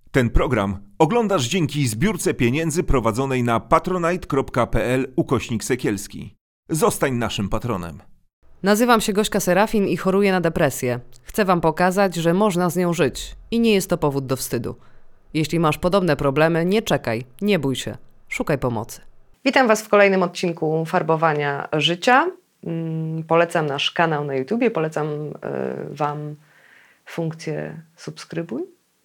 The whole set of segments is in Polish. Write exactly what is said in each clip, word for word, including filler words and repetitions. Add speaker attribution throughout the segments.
Speaker 1: Ten program oglądasz dzięki zbiórce pieniędzy prowadzonej na patronite.pl ukośnik Sekielski. Zostań naszym patronem.
Speaker 2: Nazywam się Gośka Serafin i choruję na depresję. Chcę Wam pokazać, że można z nią żyć i nie jest to powód do wstydu. Jeśli masz podobne problemy, nie czekaj, nie bój się, szukaj pomocy. Witam Was w kolejnym odcinku Farbowania Życia. Polecam nasz kanał na YouTubie, polecam Wam funkcję subskrybuj.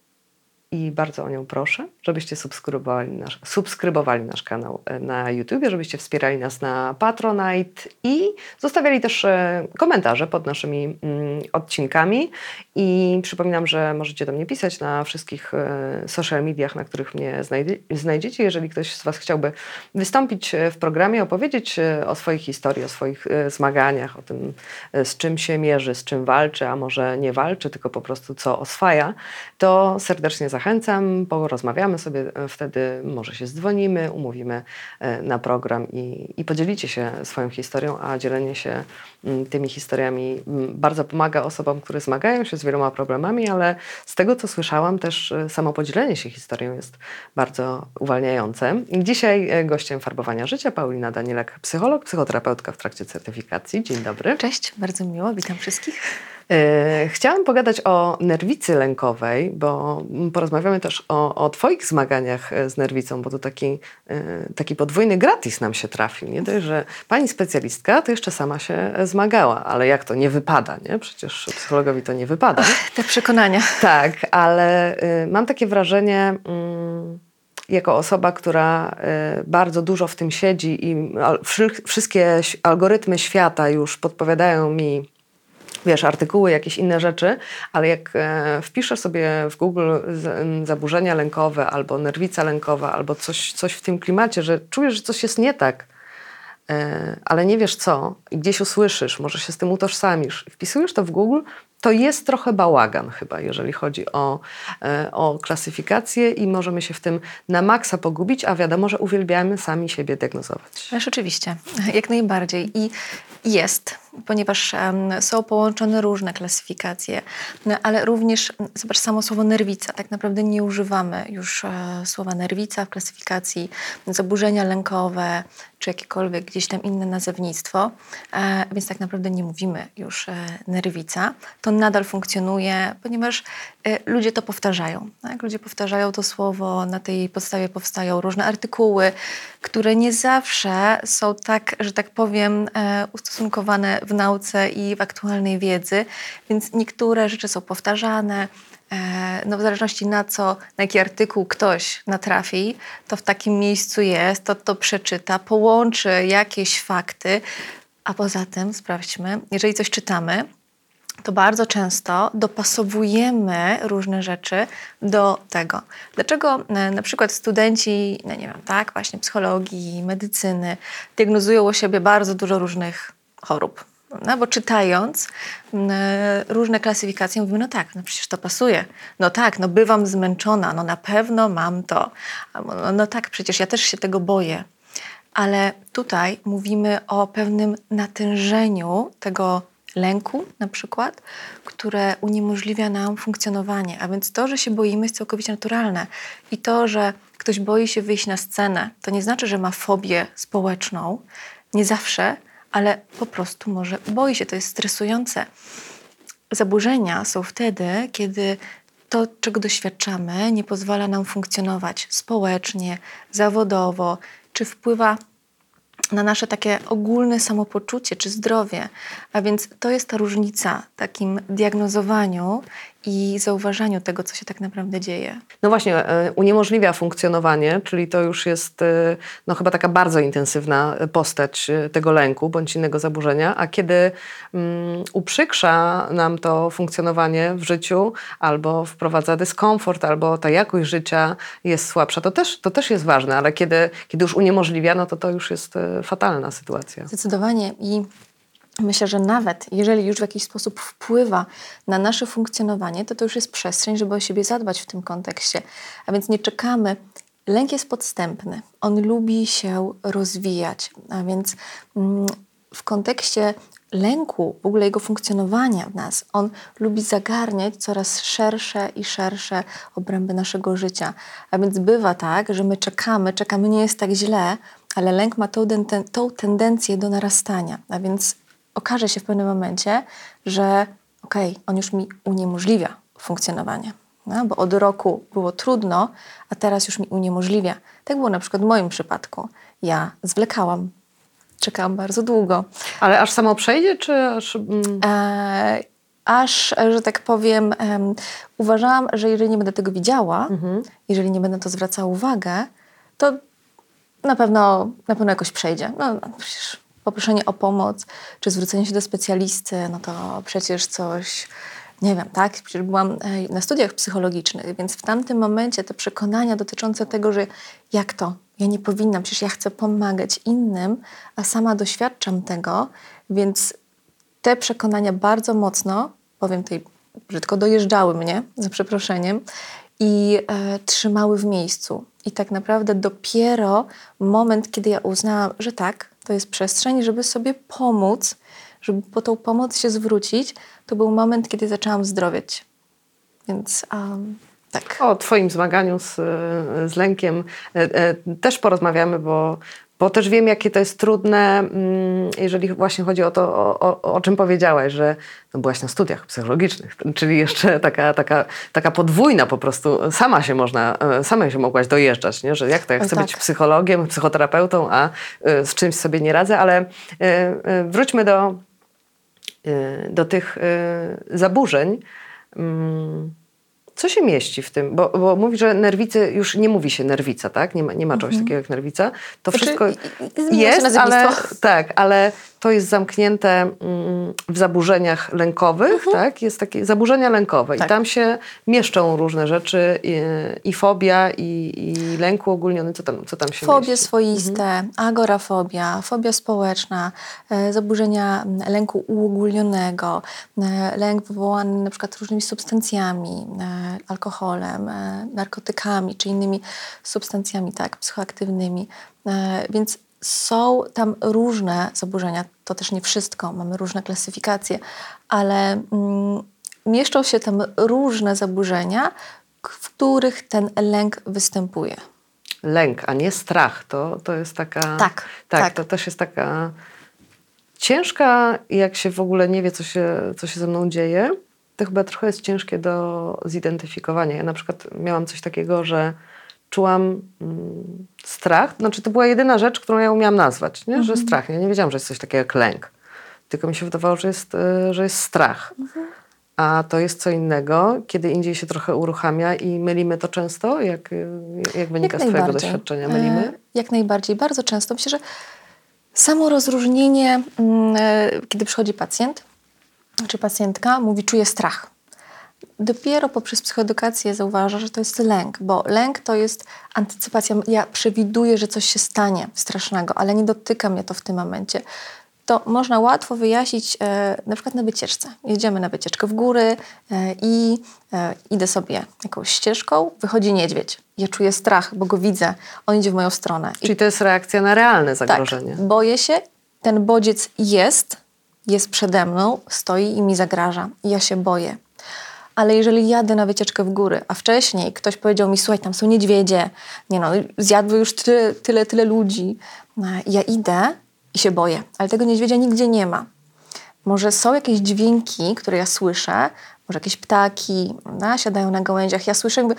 Speaker 2: I bardzo o nią proszę, żebyście subskrybowali nasz, subskrybowali nasz kanał na YouTubie, żebyście wspierali nas na Patronite i zostawiali też komentarze pod naszymi mm, odcinkami. I przypominam, że możecie do mnie pisać na wszystkich social mediach, na których mnie znajdzie, znajdziecie. Jeżeli ktoś z Was chciałby wystąpić w programie, opowiedzieć o swojej historii, o swoich zmaganiach, o tym, z czym się mierzy, z czym walczy, a może nie walczy, tylko po prostu co oswaja, to serdecznie zachęcam, porozmawiamy sobie wtedy, może się zdzwonimy, umówimy na program i, i podzielicie się swoją historią, a dzielenie się tymi historiami bardzo pomaga osobom, które zmagają się z wieloma problemami, ale z tego, co słyszałam, też samo podzielenie się historią jest bardzo uwalniające. Dzisiaj gościem Farbowania Życia Paulina Danielak, psycholog, psychoterapeutka w trakcie certyfikacji. Dzień dobry.
Speaker 3: Cześć, bardzo miło, witam wszystkich.
Speaker 2: Chciałam pogadać o nerwicy lękowej, bo porozmawiamy też o, o Twoich zmaganiach z nerwicą, bo to taki, taki podwójny gratis nam się trafił. Nie dość, że Pani specjalistka to jeszcze sama się zmagała, ale jak to nie wypada, nie? Przecież psychologowi to nie wypada.
Speaker 3: Och, te przekonania.
Speaker 2: Tak, ale y, mam takie wrażenie... Y, jako osoba, która y, bardzo dużo w tym siedzi i al, wszy, wszystkie algorytmy świata już podpowiadają mi, wiesz, artykuły, jakieś inne rzeczy, ale jak e, wpiszę sobie w Google z, m, zaburzenia lękowe albo nerwica lękowa, albo coś, coś w tym klimacie, że czujesz, że coś jest nie tak, e, ale nie wiesz co i gdzieś usłyszysz, może się z tym utożsamisz, wpisujesz to w Google, to jest trochę bałagan chyba, jeżeli chodzi o, e, o klasyfikację i możemy się w tym na maksa pogubić, a wiadomo, że uwielbiamy sami siebie diagnozować.
Speaker 3: Ależ oczywiście, jak najbardziej. I jest, ponieważ um, są połączone różne klasyfikacje, no, ale również, zobacz, samo słowo nerwica, tak naprawdę nie używamy już e, słowa nerwica w klasyfikacji, zaburzenia lękowe, czy jakiekolwiek gdzieś tam inne nazewnictwo, e, więc tak naprawdę nie mówimy już e, nerwica. To nadal funkcjonuje, ponieważ e, ludzie to powtarzają. Tak? Ludzie powtarzają to słowo, na tej podstawie powstają różne artykuły, które nie zawsze są tak, że tak powiem, e, ustosunkowane w nauce i w aktualnej wiedzy, więc niektóre rzeczy są powtarzane. No w zależności na co, na jaki artykuł ktoś natrafi, to w takim miejscu jest, to to przeczyta, połączy jakieś fakty, a poza tym sprawdźmy, jeżeli coś czytamy, to bardzo często dopasowujemy różne rzeczy do tego. Dlaczego na przykład studenci, no nie wiem, tak, właśnie psychologii, medycyny diagnozują u siebie bardzo dużo różnych chorób? No, bo czytając e, różne klasyfikacje mówimy, no tak, no przecież to pasuje. No tak, no bywam zmęczona, no na pewno mam to. No, no tak, przecież ja też się tego boję. Ale tutaj mówimy o pewnym natężeniu tego lęku na przykład, które uniemożliwia nam funkcjonowanie. A więc to, że się boimy, jest całkowicie naturalne. I to, że ktoś boi się wyjść na scenę, to nie znaczy, że ma fobię społeczną. Nie zawsze, ale po prostu może boi się, to jest stresujące. Zaburzenia są wtedy, kiedy to, czego doświadczamy, nie pozwala nam funkcjonować społecznie, zawodowo, czy wpływa na nasze takie ogólne samopoczucie czy zdrowie. A więc to jest ta różnica w takim diagnozowaniu i zauważaniu tego, co się tak naprawdę dzieje.
Speaker 2: No właśnie, uniemożliwia funkcjonowanie, czyli to już jest no, chyba taka bardzo intensywna postać tego lęku bądź innego zaburzenia, a kiedy um, uprzykrza nam to funkcjonowanie w życiu albo wprowadza dyskomfort, albo ta jakość życia jest słabsza, to też, to też jest ważne, ale kiedy, kiedy już uniemożliwia, no to to już jest fatalna sytuacja.
Speaker 3: Zdecydowanie i myślę, że nawet jeżeli już w jakiś sposób wpływa na nasze funkcjonowanie, to to już jest przestrzeń, żeby o siebie zadbać w tym kontekście. A więc nie czekamy. Lęk jest podstępny. On lubi się rozwijać. A więc mm, w kontekście lęku, w ogóle jego funkcjonowania w nas, on lubi zagarniać coraz szersze i szersze obręby naszego życia. A więc bywa tak, że my czekamy, czekamy, nie jest tak źle, ale lęk ma tą, ten, tą tendencję do narastania. A więc okaże się w pewnym momencie, że okej, okay, on już mi uniemożliwia funkcjonowanie. No, bo od roku było trudno, a teraz już mi uniemożliwia. Tak było na przykład w moim przypadku. Ja zwlekałam. Czekałam bardzo długo.
Speaker 2: Ale aż samo przejdzie, czy aż... Mm...
Speaker 3: E, aż, że tak powiem, um, uważałam, że jeżeli nie będę tego widziała, mhm. jeżeli nie będę to zwracała uwagę, to na pewno, na pewno jakoś przejdzie. No, no przecież poproszenie o pomoc, czy zwrócenie się do specjalisty, no to przecież coś... Nie wiem, tak? Przecież byłam na studiach psychologicznych, więc w tamtym momencie te przekonania dotyczące tego, że jak to? Ja nie powinnam, przecież ja chcę pomagać innym, a sama doświadczam tego, więc te przekonania bardzo mocno, powiem tutaj brzydko, dojeżdżały mnie, za przeproszeniem, i e, trzymały w miejscu. I tak naprawdę dopiero moment, kiedy ja uznałam, że tak, to jest przestrzeń, żeby sobie pomóc, żeby po tą pomoc się zwrócić, to był moment, kiedy zaczęłam zdrowieć. Więc um, tak.
Speaker 2: O twoim zmaganiu z, z lękiem e, e, też porozmawiamy, bo, bo też wiem, jakie to jest trudne, mm, jeżeli właśnie chodzi o to, o, o, o czym powiedziałaś, że no, byłaś na studiach psychologicznych, czyli jeszcze taka, taka, taka podwójna po prostu, sama się można, sama się mogłaś dojeżdżać, nie? Że jak to, ja chcę
Speaker 3: Oj,
Speaker 2: być
Speaker 3: tak.
Speaker 2: psychologiem, psychoterapeutą, a y, z czymś sobie nie radzę, ale y, y, wróćmy do do tych y, zaburzeń. Mm, co się mieści w tym? Bo, bo mówi, że nerwicy, już nie mówi się nerwica, tak? Nie ma, nie ma czegoś mm-hmm. takiego jak nerwica. To
Speaker 3: znaczy,
Speaker 2: wszystko
Speaker 3: i, i
Speaker 2: jest, ale, tak, ale to jest zamknięte mm, w zaburzeniach lękowych, mm-hmm. tak? Jest takie zaburzenia lękowe tak. I tam się mieszczą różne rzeczy i, i fobia, i, i lęk uogólniony. Co tam, co tam się
Speaker 3: Fobie
Speaker 2: mieści?
Speaker 3: swoiste, mm-hmm. agorafobia, fobia społeczna, e, zaburzenia lęku uogólnionego, e, lęk wywołany na przykład różnymi substancjami, e, alkoholem, e, narkotykami czy innymi substancjami tak, psychoaktywnymi. E, więc są tam różne zaburzenia, to też nie wszystko, mamy różne klasyfikacje, ale mm, mieszczą się tam różne zaburzenia, w których ten lęk występuje.
Speaker 2: Lęk, a nie strach, to, to jest taka...
Speaker 3: Tak,
Speaker 2: tak,
Speaker 3: tak.
Speaker 2: To też jest taka ciężka, jak się w ogóle nie wie, co się, co się ze mną dzieje, to chyba trochę jest ciężkie do zidentyfikowania. Ja na przykład miałam coś takiego, że czułam mm, strach. Znaczy to była jedyna rzecz, którą ja umiałam nazwać, nie? Mm-hmm. Że strach. Ja nie wiedziałam, że jest coś takiego jak lęk. Tylko mi się wydawało, że jest, że jest strach. Mm-hmm. A to jest co innego, kiedy indziej się trochę uruchamia i mylimy to często? Jak, jak wynika jak z twojego doświadczenia? Mylimy?
Speaker 3: E, jak najbardziej. Bardzo często. Myślę, że samo rozróżnienie, e, kiedy przychodzi pacjent czy pacjentka, mówi, czuje strach. Dopiero poprzez psychoedukację zauważa, że to jest lęk, bo lęk to jest antycypacja. Ja przewiduję, że coś się stanie strasznego, ale nie dotyka mnie to w tym momencie. To można łatwo wyjaśnić e, na przykład na wycieczce. Jedziemy na wycieczkę w góry e, i e, idę sobie jakąś ścieżką, wychodzi niedźwiedź. Ja czuję strach, bo go widzę, on idzie w moją stronę.
Speaker 2: Czyli I, to jest reakcja na realne zagrożenie.
Speaker 3: Tak, boję się, ten bodziec jest, jest przede mną, stoi i mi zagraża. I ja się boję. Ale jeżeli jadę na wycieczkę w góry, a wcześniej ktoś powiedział mi, słuchaj, tam są niedźwiedzie, nie no, zjadły już tyle, tyle, tyle ludzi. Ja idę i się boję, ale tego niedźwiedzia nigdzie nie ma. Może są jakieś dźwięki, które ja słyszę, może jakieś ptaki, no, siadają na gałęziach, ja słyszę jakby...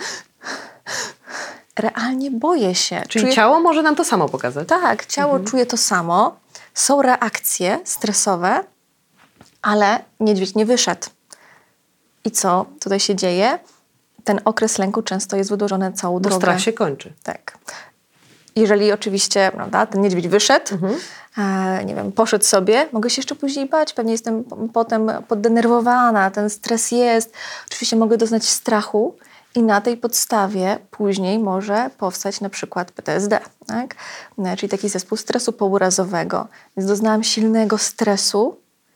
Speaker 3: Realnie boję się.
Speaker 2: Czyli
Speaker 3: czuję...
Speaker 2: ciało może nam to samo pokazać?
Speaker 3: Tak, ciało mhm. czuje to samo. Są reakcje stresowe, ale niedźwiedź nie wyszedł. I co tutaj się dzieje? Ten okres lęku często jest wydłużony całą
Speaker 2: Bo
Speaker 3: drogę.
Speaker 2: Bo strach się kończy.
Speaker 3: Tak. Jeżeli oczywiście, prawda, ten niedźwiedź wyszedł, mhm. e, nie wiem, poszedł sobie, mogę się jeszcze później bać, pewnie jestem potem poddenerwowana, ten stres jest. Oczywiście mogę doznać strachu i na tej podstawie później może powstać na przykład P T S D, tak? E, czyli taki zespół stresu pourazowego. Więc doznałam silnego stresu,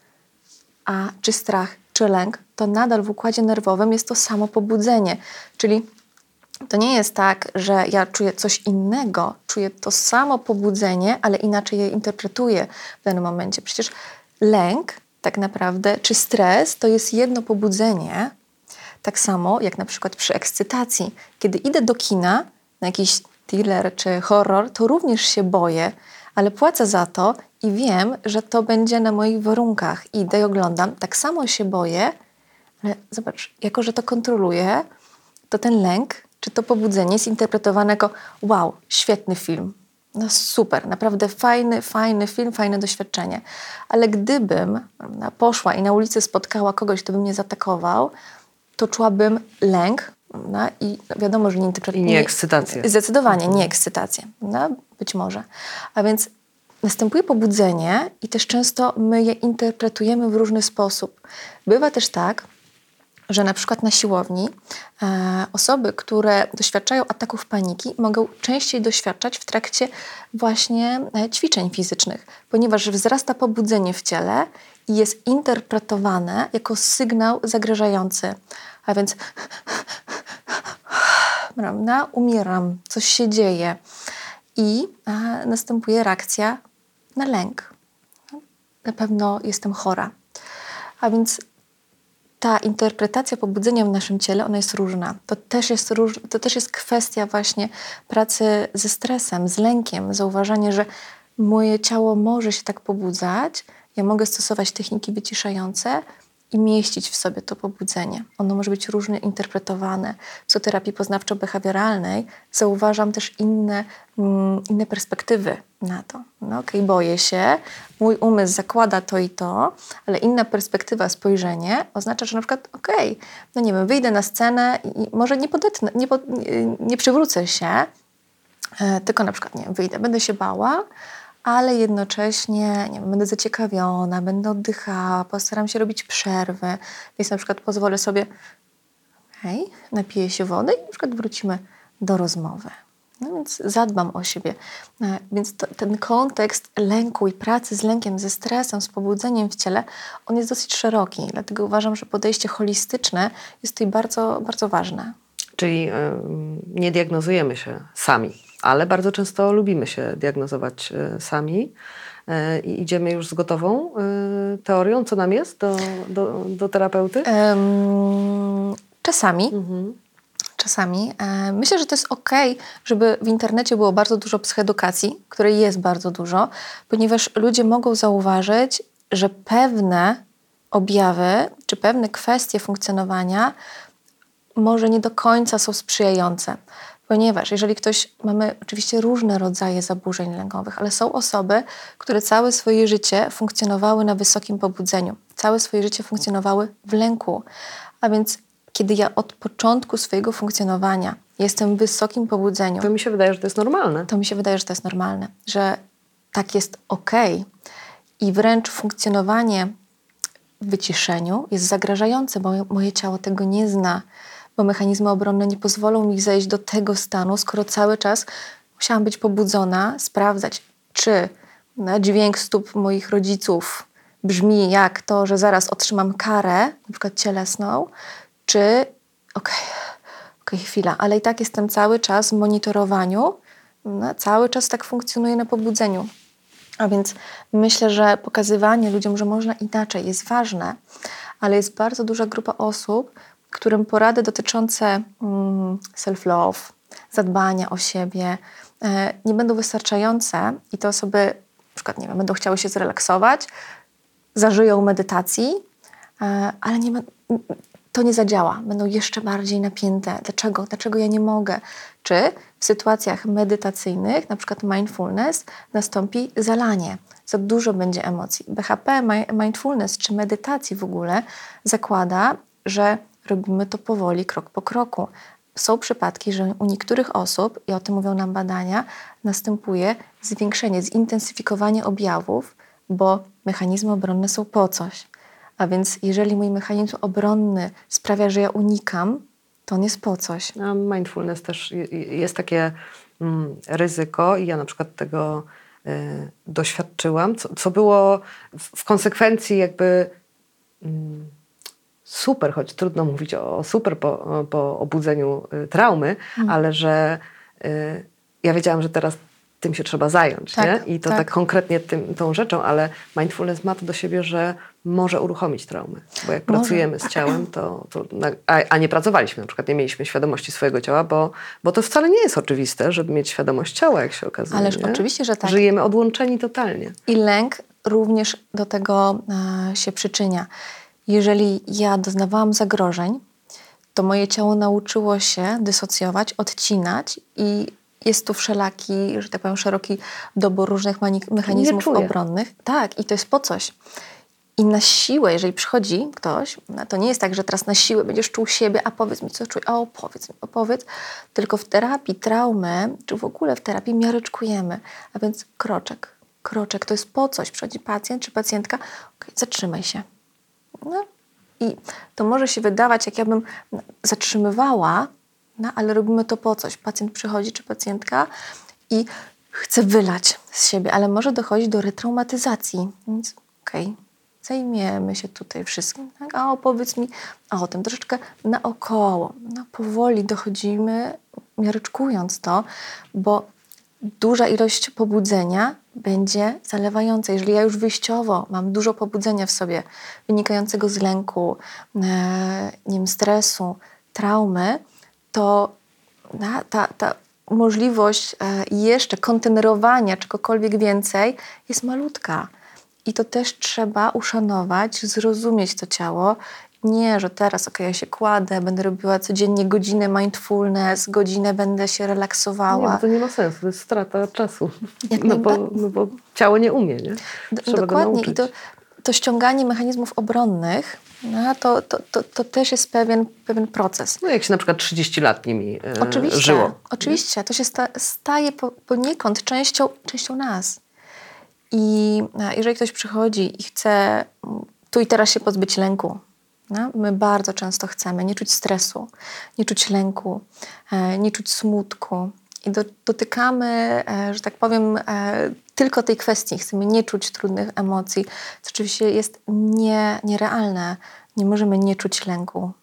Speaker 3: a czy strach, czy lęk, to nadal w układzie nerwowym jest to samo pobudzenie. Czyli To nie jest tak, że ja czuję coś innego, czuję to samo pobudzenie, ale inaczej je interpretuję w danym momencie. Przecież lęk tak naprawdę, czy stres, to jest jedno pobudzenie, tak samo jak na przykład przy ekscytacji. Kiedy idę do kina na jakiś thriller czy horror, to również się boję, ale płacę za to i wiem, że to będzie na moich warunkach. Idę i oglądam, tak samo się boję, ale zobacz, jako że to kontroluję, to ten lęk czy to pobudzenie jest interpretowane jako wow, świetny film. No super, naprawdę fajny, fajny film, fajne doświadczenie. Ale gdybym prawda, poszła i na ulicy spotkała kogoś, kto by mnie zaatakował, to czułabym lęk prawda, i wiadomo, że nie interpretuję.
Speaker 2: I nie ekscytację.
Speaker 3: Zdecydowanie, nie ekscytację. No, być może. A więc następuje pobudzenie i też często my je interpretujemy w różny sposób. Bywa też tak, że na przykład na siłowni e, osoby, które doświadczają ataków paniki, mogą częściej doświadczać w trakcie właśnie e, ćwiczeń fizycznych, ponieważ wzrasta pobudzenie w ciele i jest interpretowane jako sygnał zagrażający. A więc prawda, umieram, coś się dzieje i e, następuje reakcja na lęk. Na pewno jestem chora. A więc ta interpretacja pobudzenia w naszym ciele, ona jest różna. To też jest, róż, to też jest kwestia właśnie pracy ze stresem, z lękiem, zauważanie, że moje ciało może się tak pobudzać, ja mogę stosować techniki wyciszające i mieścić w sobie to pobudzenie. Ono może być różnie interpretowane. W psychoterapii poznawczo-behawioralnej zauważam też inne, mm, inne perspektywy na to. No okej, okay, boję się, mój umysł zakłada to i to, ale inna perspektywa, spojrzenie oznacza, że na przykład okej, okay, no nie wiem, wyjdę na scenę i może nie podetnę, nie, pod, nie, nie przywrócę się, e, tylko na przykład nie wiem, wyjdę, będę się bała, ale jednocześnie nie wiem, będę zaciekawiona, będę oddychała, postaram się robić przerwy, więc na przykład pozwolę sobie, hej, napiję się wody i na przykład wrócimy do rozmowy. No więc zadbam o siebie. Więc to, ten kontekst lęku i pracy z lękiem, ze stresem, z pobudzeniem w ciele, on jest dosyć szeroki. Dlatego uważam, że podejście holistyczne jest tutaj bardzo, bardzo ważne.
Speaker 2: Czyli y, nie diagnozujemy się sami, ale bardzo często lubimy się diagnozować y, sami y, i idziemy już z gotową y, teorią, co nam jest do, do, do terapeuty?
Speaker 3: Um, czasami. Mhm. Czasami. E, myślę, że to jest okej, żeby w internecie było bardzo dużo psychoedukacji, której jest bardzo dużo, ponieważ ludzie mogą zauważyć, że pewne objawy czy pewne kwestie funkcjonowania może nie do końca są sprzyjające. Ponieważ jeżeli ktoś, mamy oczywiście różne rodzaje zaburzeń lękowych, ale są osoby, które całe swoje życie funkcjonowały na wysokim pobudzeniu. Całe swoje życie funkcjonowały w lęku. A więc kiedy ja od początku swojego funkcjonowania jestem w wysokim pobudzeniu.
Speaker 2: To mi się wydaje, że to jest normalne.
Speaker 3: To mi się wydaje, że to jest normalne. Że tak jest okej. I wręcz funkcjonowanie w wyciszeniu jest zagrażające, bo moje ciało tego nie zna. Bo mechanizmy obronne nie pozwolą mi zejść do tego stanu, skoro cały czas musiałam być pobudzona, sprawdzać, czy no, dźwięk stóp moich rodziców brzmi jak to, że zaraz otrzymam karę, na przykład cielesną, czy okej, okay, okay, chwila, ale i tak jestem cały czas w monitorowaniu, no, cały czas tak funkcjonuję na pobudzeniu. A więc myślę, że pokazywanie ludziom, że można inaczej jest ważne, ale jest bardzo duża grupa osób, którym porady dotyczące mm, self-love, zadbania o siebie e, nie będą wystarczające i te osoby na przykład, nie wiem, będą chciały się zrelaksować, zażyją medytacji, e, ale nie ma, to nie zadziała. Będą jeszcze bardziej napięte. Dlaczego? Dlaczego ja nie mogę? Czy w sytuacjach medytacyjnych, na przykład mindfulness, nastąpi zalanie. Za dużo będzie emocji. B H P, mindfulness czy medytacji w ogóle zakłada, że robimy to powoli, krok po kroku. Są przypadki, że u niektórych osób, i o tym mówią nam badania, następuje zwiększenie, zintensyfikowanie objawów, bo mechanizmy obronne są po coś. A więc jeżeli mój mechanizm obronny sprawia, że ja unikam, to on jest po coś.
Speaker 2: A mindfulness też jest takie mm, ryzyko i ja na przykład tego y, doświadczyłam, co, co było w, w konsekwencji jakby... Mm, super, choć trudno mówić o super po, po obudzeniu y, traumy,
Speaker 3: Mm.
Speaker 2: ale że y, ja wiedziałam, że teraz tym się trzeba zająć,
Speaker 3: Tak,
Speaker 2: nie? I to
Speaker 3: tak.
Speaker 2: tak, konkretnie tym, tą rzeczą, ale mindfulness ma to do siebie, że może uruchomić traumy. Bo jak
Speaker 3: Może.
Speaker 2: pracujemy z ciałem, to, to na, a, a nie pracowaliśmy, na przykład nie mieliśmy świadomości swojego ciała, bo, bo to wcale nie jest oczywiste, żeby mieć świadomość ciała, jak się okazuje.
Speaker 3: Ależ
Speaker 2: nie?
Speaker 3: oczywiście, że tak.
Speaker 2: Żyjemy odłączeni totalnie.
Speaker 3: I lęk również do tego e, się przyczynia. Jeżeli ja doznawałam zagrożeń, to moje ciało nauczyło się dysocjować, odcinać i jest tu wszelaki, że tak powiem, szeroki dobór różnych mani- mechanizmów
Speaker 2: czuje.
Speaker 3: obronnych. Tak, i to jest po coś. I na siłę, jeżeli przychodzi ktoś, no to nie jest tak, że teraz na siłę będziesz czuł siebie, a powiedz mi, co czujesz, a opowiedz mi, opowiedz. Tylko w terapii traumy, czy w ogóle w terapii miareczkujemy. A więc kroczek, kroczek, to jest po coś. Przychodzi pacjent czy pacjentka, okej, zatrzymaj się. No. I to może się wydawać, jak ja bym zatrzymywała, no, ale robimy to po coś. Pacjent przychodzi czy pacjentka i chce wylać z siebie, ale może dochodzić do retraumatyzacji. Więc okej, okay, zajmiemy się tutaj wszystkim. Tak? A opowiedz mi a o tym troszeczkę naokoło. No, powoli dochodzimy, miareczkując to, bo duża ilość pobudzenia będzie zalewająca. Jeżeli ja już wyjściowo mam dużo pobudzenia w sobie wynikającego z lęku, e, nie wiem, stresu, traumy, to na, ta, ta możliwość e, jeszcze kontenerowania czegokolwiek więcej jest malutka. I to też trzeba uszanować, zrozumieć to ciało. Nie, że teraz okej, ja się kładę, będę robiła codziennie godzinę mindfulness, godzinę będę się relaksowała.
Speaker 2: Nie, bo to nie ma sensu, to jest strata czasu.
Speaker 3: Jak
Speaker 2: No bo,
Speaker 3: najba-
Speaker 2: no bo ciało nie umie, nie?
Speaker 3: D-
Speaker 2: Trzeba go
Speaker 3: Dokładnie.
Speaker 2: nauczyć.
Speaker 3: I to, to ściąganie mechanizmów obronnych, no, to, to, to, to też jest pewien, pewien proces.
Speaker 2: No jak się na przykład trzydzieści lat nimi e,
Speaker 3: Oczywiście,
Speaker 2: żyło.
Speaker 3: oczywiście. To się sta, staje po, poniekąd częścią, częścią nas. I a, jeżeli ktoś przychodzi i chce tu i teraz się pozbyć lęku, no, my bardzo często chcemy nie czuć stresu, nie czuć lęku, e, nie czuć smutku. I do, dotykamy, e, że tak powiem, e, tylko tej kwestii. Chcemy nie czuć trudnych emocji, co oczywiście jest nie, nierealne. Nie możemy nie czuć lęku.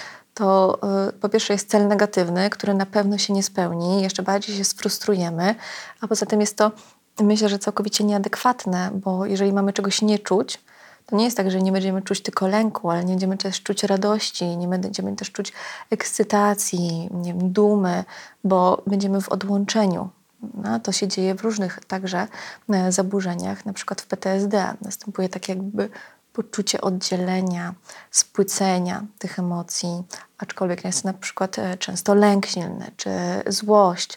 Speaker 3: To y, po pierwsze jest cel negatywny, który na pewno się nie spełni, jeszcze bardziej się sfrustrujemy, a poza tym jest to, myślę, że całkowicie nieadekwatne, bo jeżeli mamy czegoś nie czuć, to nie jest tak, że nie będziemy czuć tylko lęku, ale nie będziemy też czuć radości, nie będziemy też czuć ekscytacji, nie wiem, dumy, bo będziemy w odłączeniu. No, to się dzieje w różnych także e, zaburzeniach, na przykład w P T S D. Następuje tak jakby poczucie oddzielenia, spłycenia tych emocji, aczkolwiek jest na przykład e, często lęk silny czy złość,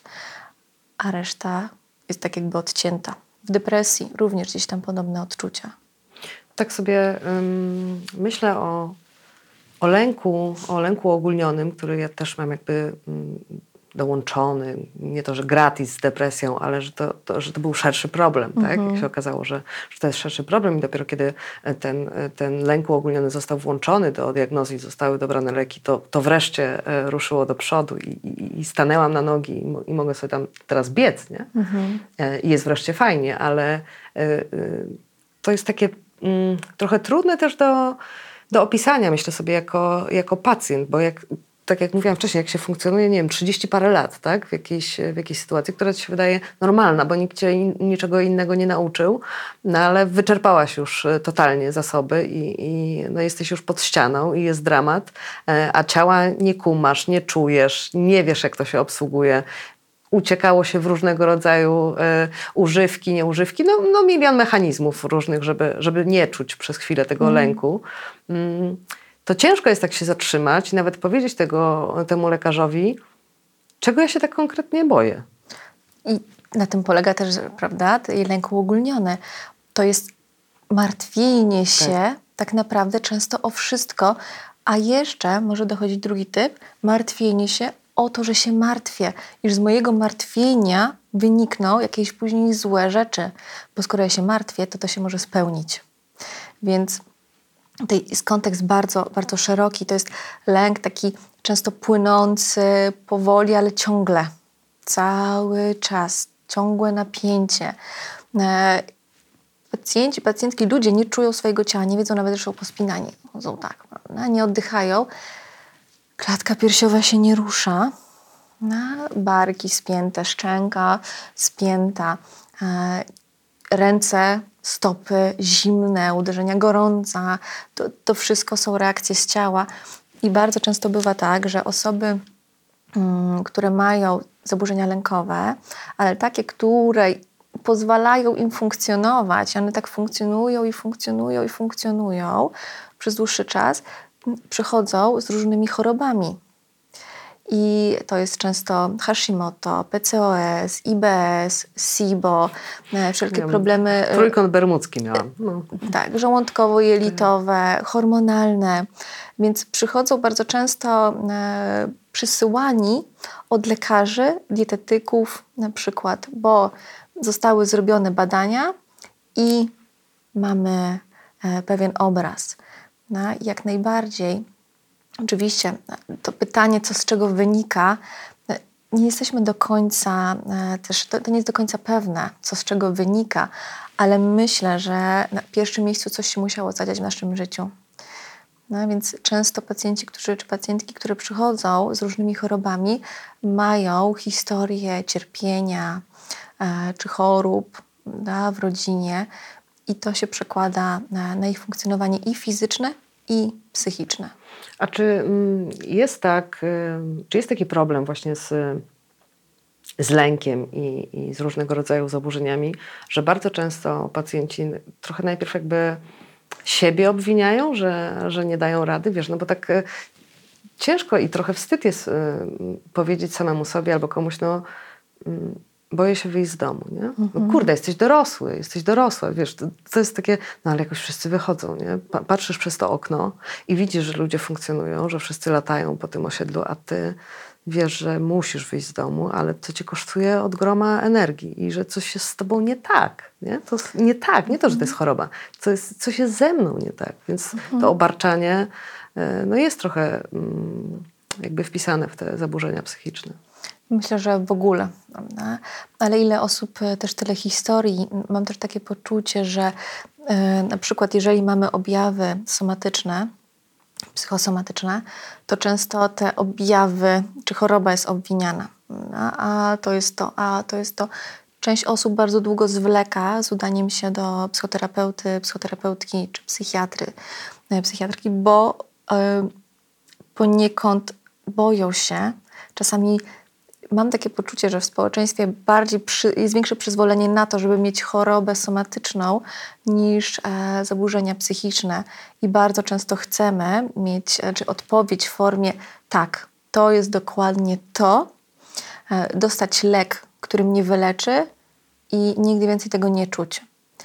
Speaker 3: a reszta jest tak jakby odcięta. W depresji również gdzieś tam podobne odczucia.
Speaker 2: Tak sobie ym, myślę o, o lęku, o lęku ogólnionym, który ja też mam jakby ym, dołączony, nie to, że gratis z depresją, ale że to, to, że to był szerszy problem, tak?
Speaker 3: Mhm.
Speaker 2: Jak się okazało, że, że to jest szerszy problem i dopiero kiedy ten, ten lęk uogólniony został włączony do diagnozy i zostały dobrane leki, to, to wreszcie e, ruszyło do przodu i, i, i stanęłam na nogi i, mo- i mogę sobie tam teraz biec, nie?
Speaker 3: Mhm.
Speaker 2: E, I jest wreszcie fajnie, ale e, e, to jest takie mm, trochę trudne też do, do opisania, myślę sobie, jako, jako pacjent, bo jak tak jak mówiłam wcześniej, jak się funkcjonuje, nie wiem, trzydzieści parę lat, tak? W jakiejś, w jakiejś sytuacji, która ci się wydaje normalna, bo nikt cię in, niczego innego nie nauczył, no ale wyczerpałaś już totalnie zasoby i, i no jesteś już pod ścianą i jest dramat, a ciała nie kumasz, nie czujesz, nie wiesz, jak to się obsługuje. Uciekało się w różnego rodzaju e, używki, nieużywki, no, no milion mechanizmów różnych, żeby, żeby nie czuć przez chwilę tego mm. lęku. Mm. To ciężko jest tak się zatrzymać i nawet powiedzieć tego, temu lekarzowi, czego ja się tak konkretnie boję.
Speaker 3: I na tym polega też, prawda, lęk uogólniony. To jest martwienie się tak. tak naprawdę często o wszystko, a jeszcze może dochodzić drugi typ, martwienie się o to, że się martwię, iż z mojego martwienia wynikną jakieś później złe rzeczy, bo skoro ja się martwię, to to się może spełnić. Więc to jest kontekst bardzo, bardzo szeroki. To jest lęk taki często płynący, powoli, ale ciągle. Cały czas. Ciągłe napięcie. E, pacjenci, pacjentki, ludzie nie czują swojego ciała, nie wiedzą nawet, że są pospinani. Chodzą tak, no, nie oddychają, klatka piersiowa się nie rusza, no, barki spięte, szczęka spięta, e, ręce, stopy zimne, uderzenia gorąca, to, to wszystko są reakcje z ciała i bardzo często bywa tak, że osoby, mm, które mają zaburzenia lękowe, ale takie, które pozwalają im funkcjonować, one tak funkcjonują i funkcjonują i funkcjonują przez dłuższy czas, przychodzą z różnymi chorobami. I to jest często Hashimoto, P C O S, I B S, SIBO, e, wszelkie
Speaker 2: Miałam
Speaker 3: problemy... e,
Speaker 2: Trójkąt bermudzki miałam. No.
Speaker 3: Tak, żołądkowo-jelitowe, hormonalne. Więc przychodzą bardzo często e, przysyłani od lekarzy, dietetyków na przykład, bo zostały zrobione badania i mamy e, pewien obraz. No, jak najbardziej. Oczywiście to pytanie, co z czego wynika, nie jesteśmy do końca, też to, to nie jest do końca pewne, co z czego wynika, ale myślę, że na pierwszym miejscu coś się musiało zadziać w naszym życiu. No, więc często pacjenci, którzy, czy pacjentki, które przychodzą z różnymi chorobami, mają historię cierpienia e, czy chorób da, w rodzinie i to się przekłada na, na ich funkcjonowanie i fizyczne, i psychiczne.
Speaker 2: A czy mm, jest tak, y, czy jest taki problem właśnie z, z lękiem i, i z różnego rodzaju zaburzeniami, że bardzo często pacjenci trochę najpierw jakby siebie obwiniają, że, że nie dają rady, wiesz, no bo tak y, ciężko i trochę wstyd jest y, powiedzieć samemu sobie albo komuś, no y, boję się wyjść z domu, nie? No kurde, jesteś dorosły, jesteś dorosła, wiesz, to, to jest takie, no ale jakoś wszyscy wychodzą, nie? Pa- patrzysz przez to okno i widzisz, że ludzie funkcjonują, że wszyscy latają po tym osiedlu, a ty wiesz, że musisz wyjść z domu, ale to cię kosztuje od groma energii i że coś jest z tobą nie tak, nie? To jest nie tak, nie to, że to jest choroba, to jest, coś jest ze mną nie tak, więc to obarczanie no jest trochę mm, jakby wpisane w te zaburzenia psychiczne.
Speaker 3: Myślę, że w ogóle. Prawda? Ale ile osób, też tyle historii. Mam też takie poczucie, że e, na przykład jeżeli mamy objawy somatyczne, psychosomatyczne, to często te objawy, czy choroba jest obwiniana. A, a to jest to, a to jest to. Część osób bardzo długo zwleka z udaniem się do psychoterapeuty, psychoterapeutki czy psychiatry, psychiatrki, bo e, poniekąd boją się. Czasami mam takie poczucie, że w społeczeństwie bardziej przy, jest większe przyzwolenie na to, żeby mieć chorobę somatyczną niż e, zaburzenia psychiczne. I bardzo często chcemy mieć e, czy odpowiedź w formie tak, to jest dokładnie to, e, dostać lek, który mnie wyleczy i nigdy więcej tego nie czuć.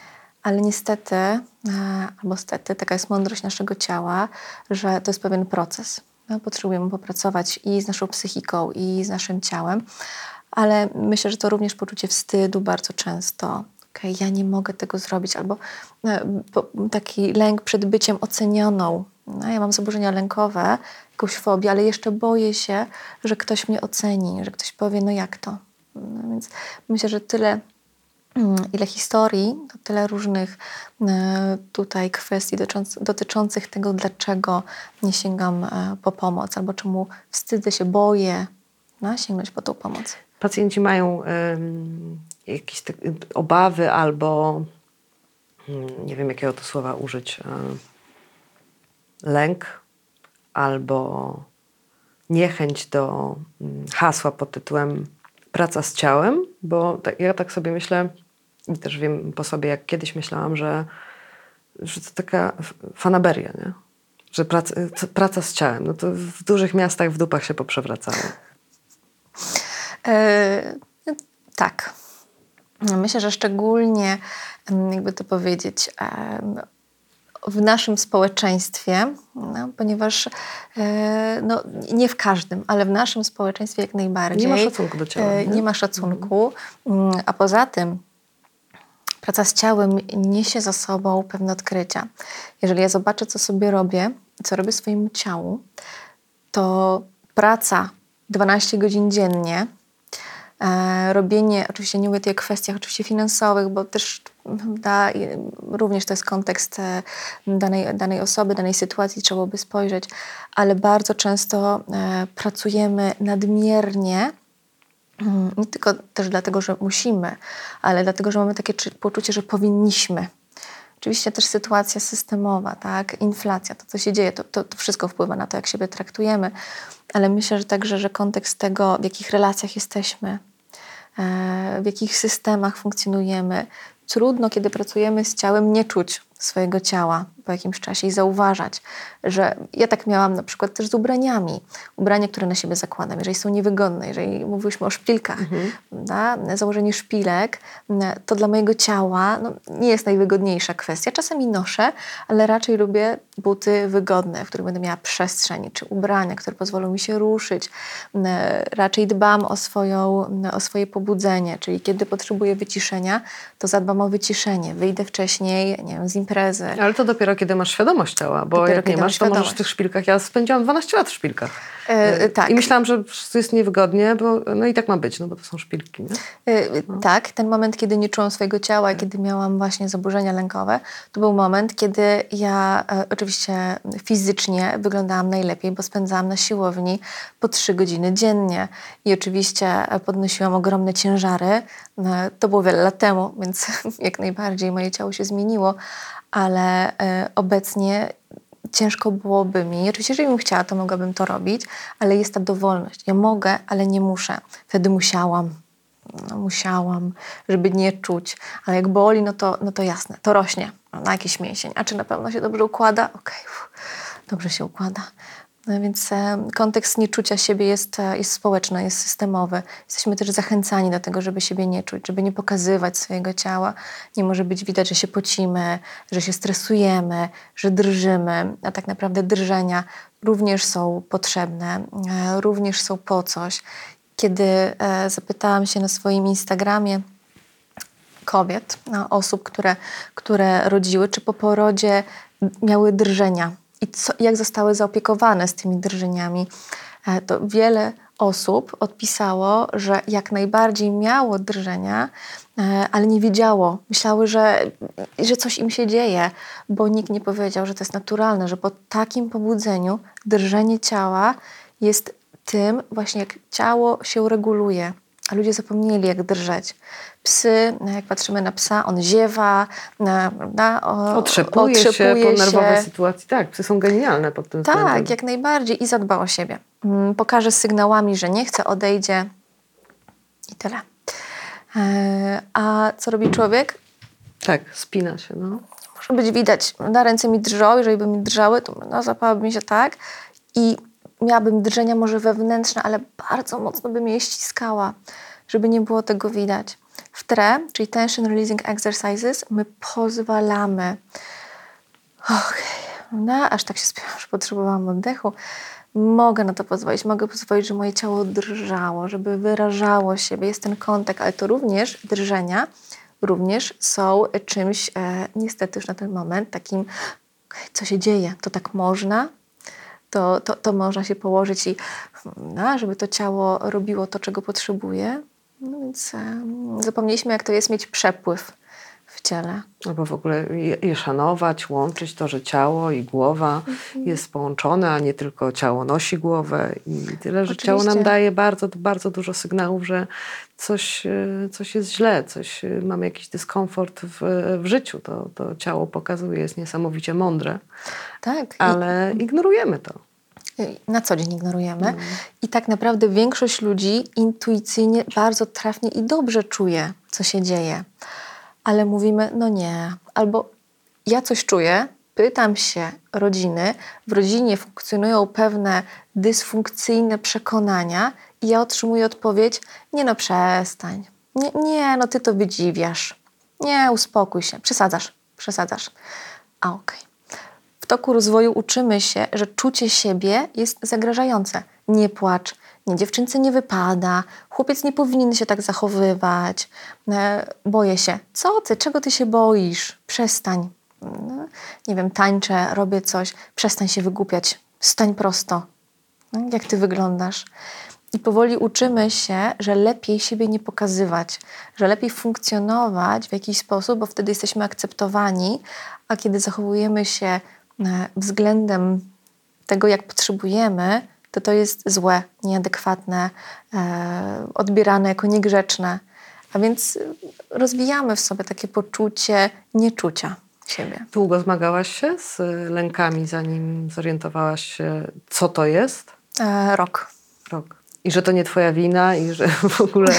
Speaker 3: Ale niestety, e, albo stety, taka jest mądrość naszego ciała, że to jest pewien proces. No, potrzebujemy popracować i z naszą psychiką, i z naszym ciałem, ale myślę, że to również poczucie wstydu bardzo często. Okay, ja nie mogę tego zrobić, albo e, po, taki lęk przed byciem ocenioną. No, ja mam zaburzenia lękowe, jakąś fobię, ale jeszcze boję się, że ktoś mnie oceni, że ktoś powie, no jak to? No, więc myślę, że tyle, ile historii, to tyle różnych e, tutaj kwestii dotyczących, dotyczących tego, dlaczego nie sięgam e, po pomoc, albo czemu wstydzę się, boję no, sięgnąć po tą pomoc.
Speaker 2: Pacjenci mają ym, jakieś te, obawy albo ym, nie wiem, jakiego to słowa użyć, y, lęk albo niechęć do ym, hasła pod tytułem praca z ciałem, bo tak, ja tak sobie myślę i też wiem po sobie, jak kiedyś myślałam, że, że to taka fanaberia, nie? Że praca, praca z ciałem, no to w dużych miastach w dupach się poprzewracało.
Speaker 3: E, tak. Myślę, że szczególnie, jakby to powiedzieć, e, w naszym społeczeństwie, no, ponieważ e, no, nie w każdym, ale w naszym społeczeństwie jak najbardziej.
Speaker 2: Nie ma szacunku do ciała.
Speaker 3: E,
Speaker 2: nie?
Speaker 3: nie ma szacunku, mhm. A poza tym praca z ciałem niesie za sobą pewne odkrycia. Jeżeli ja zobaczę, co sobie robię, co robię swojemu ciału, to praca dwanaście godzin dziennie E, robienie, oczywiście nie mówię tutaj o kwestiach oczywiście finansowych, bo też da, również to jest kontekst e, danej, danej osoby, danej sytuacji, trzeba by spojrzeć, ale bardzo często e, pracujemy nadmiernie, mm, nie tylko też dlatego, że musimy, ale dlatego, że mamy takie czy, poczucie, że powinniśmy. Oczywiście też sytuacja systemowa, tak? Inflacja, to co się dzieje, to, to, to wszystko wpływa na to, jak siebie traktujemy, ale myślę, że także, że kontekst tego, w jakich relacjach jesteśmy, e, w jakich systemach funkcjonujemy. Trudno, kiedy pracujemy z ciałem, nie czuć swojego ciała po jakimś czasie i zauważać, że ja tak miałam na przykład też z ubraniami. Ubrania, które na siebie zakładam, jeżeli są niewygodne, jeżeli mówiliśmy o szpilkach, mhm. da, założenie szpilek, to dla mojego ciała no, nie jest najwygodniejsza kwestia. Czasami noszę, ale raczej lubię buty wygodne, w których będę miała przestrzeń, czy ubrania, które pozwolą mi się ruszyć. Raczej dbam o, swoją, o swoje pobudzenie, czyli kiedy potrzebuję wyciszenia, to zadbam o wyciszenie. Wyjdę wcześniej, nie wiem, z imprezy.
Speaker 2: Ale to dopiero kiedy masz świadomość ciała, bo
Speaker 3: dopiero
Speaker 2: jak nie masz, to
Speaker 3: świadomość.
Speaker 2: możesz w tych szpilkach. Ja spędziłam dwanaście lat w szpilkach.
Speaker 3: Yy, tak.
Speaker 2: I myślałam, że to jest niewygodnie, bo no i tak ma być, no bo to są szpilki. Nie?
Speaker 3: Yy, no. Tak, ten moment, kiedy nie czułam swojego ciała, tak. Kiedy miałam właśnie zaburzenia lękowe, to był moment, kiedy ja e, oczywiście fizycznie wyglądałam najlepiej, bo spędzałam na siłowni po trzy godziny dziennie i oczywiście podnosiłam ogromne ciężary. E, to było wiele lat temu, więc jak najbardziej moje ciało się zmieniło, ale e, obecnie ciężko byłoby mi, oczywiście jeżeli bym chciała, to mogłabym to robić, ale jest ta dowolność. Ja mogę, ale nie muszę. Wtedy musiałam. No, musiałam, żeby nie czuć. Ale jak boli, no to, no to jasne, to rośnie na jakiś mięsień. A czy na pewno się dobrze układa? Okej, okay, dobrze się układa. No więc e, kontekst nieczucia siebie jest, e, jest społeczny, jest systemowy. Jesteśmy też zachęcani do tego, żeby siebie nie czuć, żeby nie pokazywać swojego ciała. Nie może być widać, że się pocimy, że się stresujemy, że drżymy, a tak naprawdę drżenia również są potrzebne, e, również są po coś. Kiedy e, zapytałam się na swoim Instagramie kobiet, no, osób, które, które rodziły, czy po porodzie miały drżenia, i co, jak zostały zaopiekowane z tymi drżeniami, to wiele osób odpisało, że jak najbardziej miało drżenia, ale nie wiedziało. Myślały, że, że coś im się dzieje, bo nikt nie powiedział, że to jest naturalne, że po takim pobudzeniu drżenie ciała jest tym właśnie, jak ciało się reguluje. A ludzie zapomnieli, jak drżeć. Psy, jak patrzymy na psa, on ziewa, na, na, o,
Speaker 2: otrzepuje, otrzepuje się po nerwowej sytuacji. Tak, psy są genialne pod tym
Speaker 3: tak,
Speaker 2: względem.
Speaker 3: Tak, jak najbardziej i zadba o siebie. Pokaże sygnałami, że nie chce, odejdzie i tyle. A co robi człowiek?
Speaker 2: Tak, spina się. No.
Speaker 3: Może być widać, na ręce mi drżą, jeżeli by mi drżały, to no, zapałaby mi się tak i miałabym drżenia może wewnętrzne, ale bardzo mocno bym je ściskała, żeby nie było tego widać. W T R E, czyli Tension Releasing Exercises, my pozwalamy. Okej, no, aż tak się spięłam, że potrzebowałam oddechu. Mogę na to pozwolić. Mogę pozwolić, że moje ciało drżało, żeby wyrażało siebie. Jest ten kontakt, ale to również drżenia również są czymś, e, niestety już na ten moment, takim, okay, co się dzieje, to tak można, to, to, to można się położyć i no, żeby to ciało robiło to, czego potrzebuje. No więc e, zapomnieliśmy, jak to jest mieć przepływ w ciele.
Speaker 2: Albo w ogóle je, je szanować, łączyć to, że ciało i głowa mhm. jest połączone, a nie tylko ciało nosi głowę i tyle, że
Speaker 3: Oczywiście.
Speaker 2: ciało nam daje bardzo, bardzo dużo sygnałów, że coś, coś jest źle, coś, mamy jakiś dyskomfort w, w życiu. To, to ciało pokazuje, jest niesamowicie mądre,
Speaker 3: tak,
Speaker 2: ale i ignorujemy to.
Speaker 3: Na co dzień ignorujemy. Mm. I tak naprawdę większość ludzi intuicyjnie bardzo trafnie i dobrze czuje, co się dzieje. Ale mówimy, no nie. Albo ja coś czuję, pytam się rodziny, w rodzinie funkcjonują pewne dysfunkcyjne przekonania i ja otrzymuję odpowiedź, nie no przestań. Nie, nie no ty to wydziwiasz. Nie, uspokój się. Przesadzasz, przesadzasz. A okej. Okay. W toku rozwoju uczymy się, że czucie siebie jest zagrażające. Nie płacz, nie, dziewczynce nie wypada, chłopiec nie powinien się tak zachowywać, e, boję się. Co ty, czego ty się boisz? Przestań. No, nie wiem, tańczę, robię coś, przestań się wygłupiać, stań prosto. No, jak ty wyglądasz? I powoli uczymy się, że lepiej siebie nie pokazywać, że lepiej funkcjonować w jakiś sposób, bo wtedy jesteśmy akceptowani, a kiedy zachowujemy się e, względem tego, jak potrzebujemy, to to jest złe, nieadekwatne, e, odbierane jako niegrzeczne. A więc rozwijamy w sobie takie poczucie nieczucia siebie.
Speaker 2: Długo zmagałaś się z lękami, zanim zorientowałaś się, co to jest?
Speaker 3: E, rok.
Speaker 2: Rok. I że to nie twoja wina i że w ogóle...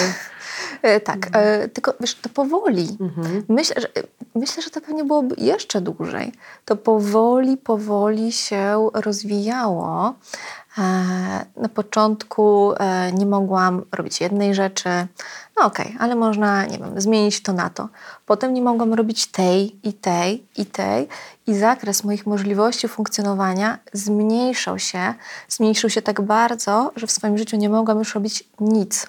Speaker 3: E, tak, e, tylko wiesz, to powoli.
Speaker 2: Mhm.
Speaker 3: Myślę, że, myślę, że to pewnie byłoby jeszcze dłużej. To powoli, powoli się rozwijało. E, na początku e, nie mogłam robić jednej rzeczy. No okej, okay, ale można, nie wiem, zmienić to na to. Potem nie mogłam robić tej i tej i tej i zakres moich możliwości funkcjonowania zmniejszał się. Zmniejszył się tak bardzo, że w swoim życiu nie mogłam już robić nic.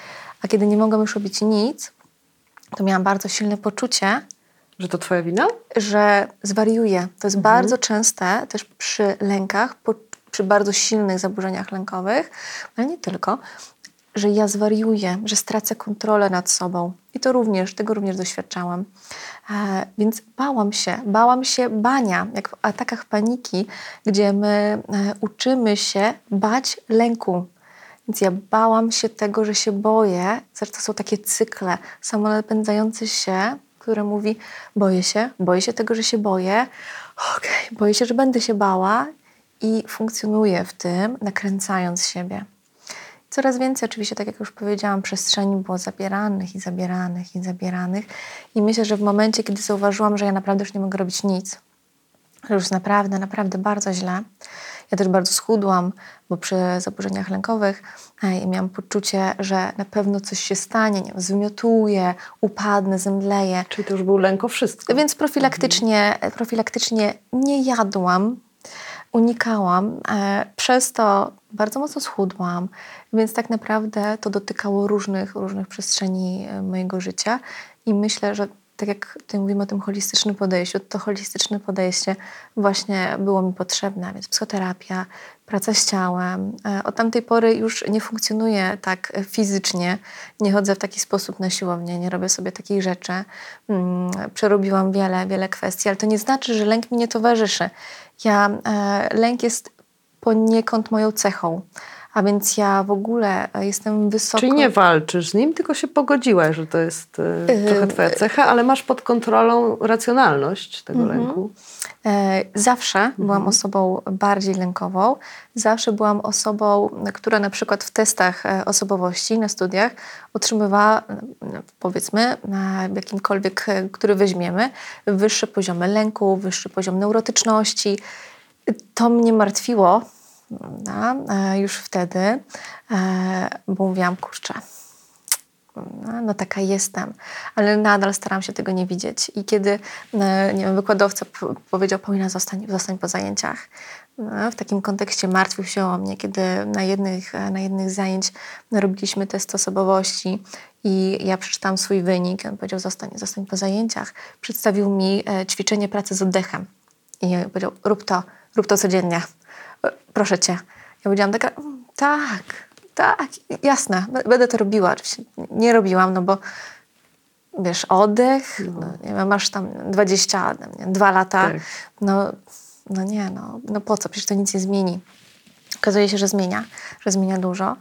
Speaker 3: A kiedy nie mogłam już robić nic, to miałam bardzo silne poczucie,
Speaker 2: że to twoja wina?
Speaker 3: Że zwariuję. To jest
Speaker 2: Mhm.
Speaker 3: bardzo częste też przy lękach, po, przy bardzo silnych zaburzeniach lękowych, ale nie tylko, że ja zwariuję, że stracę kontrolę nad sobą. I to również, tego również doświadczałam. E, więc bałam się, bałam się bania, jak w atakach paniki, gdzie my e, uczymy się bać lęku. Więc ja bałam się tego, że się boję. Zresztą to są takie cykle samonapędzające się, które mówi, boję się, boję się tego, że się boję. Okej, okay, boję się, że będę się bała i funkcjonuję w tym, nakręcając siebie. Coraz więcej oczywiście, tak jak już powiedziałam, przestrzeni było zabieranych i zabieranych i zabieranych. I myślę, że w momencie, kiedy zauważyłam, że ja naprawdę już nie mogę robić nic, że już naprawdę, naprawdę bardzo źle. Ja też bardzo schudłam, bo przy zaburzeniach lękowych ja miałam poczucie, że na pewno coś się stanie, nie wiem, zwymiotuję, upadnę, zemdleję.
Speaker 2: Czyli to już był lęk o wszystko.
Speaker 3: Więc profilaktycznie, mhm. profilaktycznie nie jadłam, unikałam. E, przez to bardzo mocno schudłam, więc tak naprawdę to dotykało różnych, różnych przestrzeni mojego życia i myślę, że tak jak tutaj mówimy o tym holistycznym podejściu, to holistyczne podejście właśnie było mi potrzebne, więc psychoterapia, praca z ciałem. Od tamtej pory już nie funkcjonuję tak fizycznie, nie chodzę w taki sposób na siłownię, nie robię sobie takich rzeczy. Przerobiłam wiele, wiele kwestii, ale to nie znaczy, że lęk mi nie towarzyszy. Ja, lęk jest poniekąd moją cechą. A więc ja w ogóle jestem wysoko...
Speaker 2: Czyli nie walczysz z nim, tylko się pogodziłaś, że to jest y, trochę twoja cecha, ale masz pod kontrolą racjonalność tego mm-hmm. lęku.
Speaker 3: E, zawsze mm-hmm. byłam osobą bardziej lękową. Zawsze byłam osobą, która na przykład w testach osobowości na studiach otrzymywała, powiedzmy, na jakimkolwiek, który weźmiemy, wyższe poziomy lęku, wyższy poziom neurotyczności. To mnie martwiło, no, już wtedy, bo mówiłam, kurczę, no, no taka jestem, ale nadal staram się tego nie widzieć. I kiedy, nie wiem, wykładowca powiedział, Paulina, zostań, zostań po zajęciach. No, w takim kontekście martwił się o mnie, kiedy na jednych, na jednych zajęć robiliśmy test osobowości i ja przeczytałam swój wynik. On powiedział, zostań, zostań po zajęciach. Przedstawił mi ćwiczenie pracy z oddechem. I powiedział, rób to, rób to codziennie. Proszę cię. Ja powiedziałam taka, tak, tak, jasne, będę to robiła. Oczywiście nie robiłam, no bo wiesz, oddech, no, nie wiem, masz tam dwadzieścia dwa lata, tak. no, no nie, no, no po co, przecież to nic nie zmieni. Okazuje się, że zmienia, że zmienia dużo.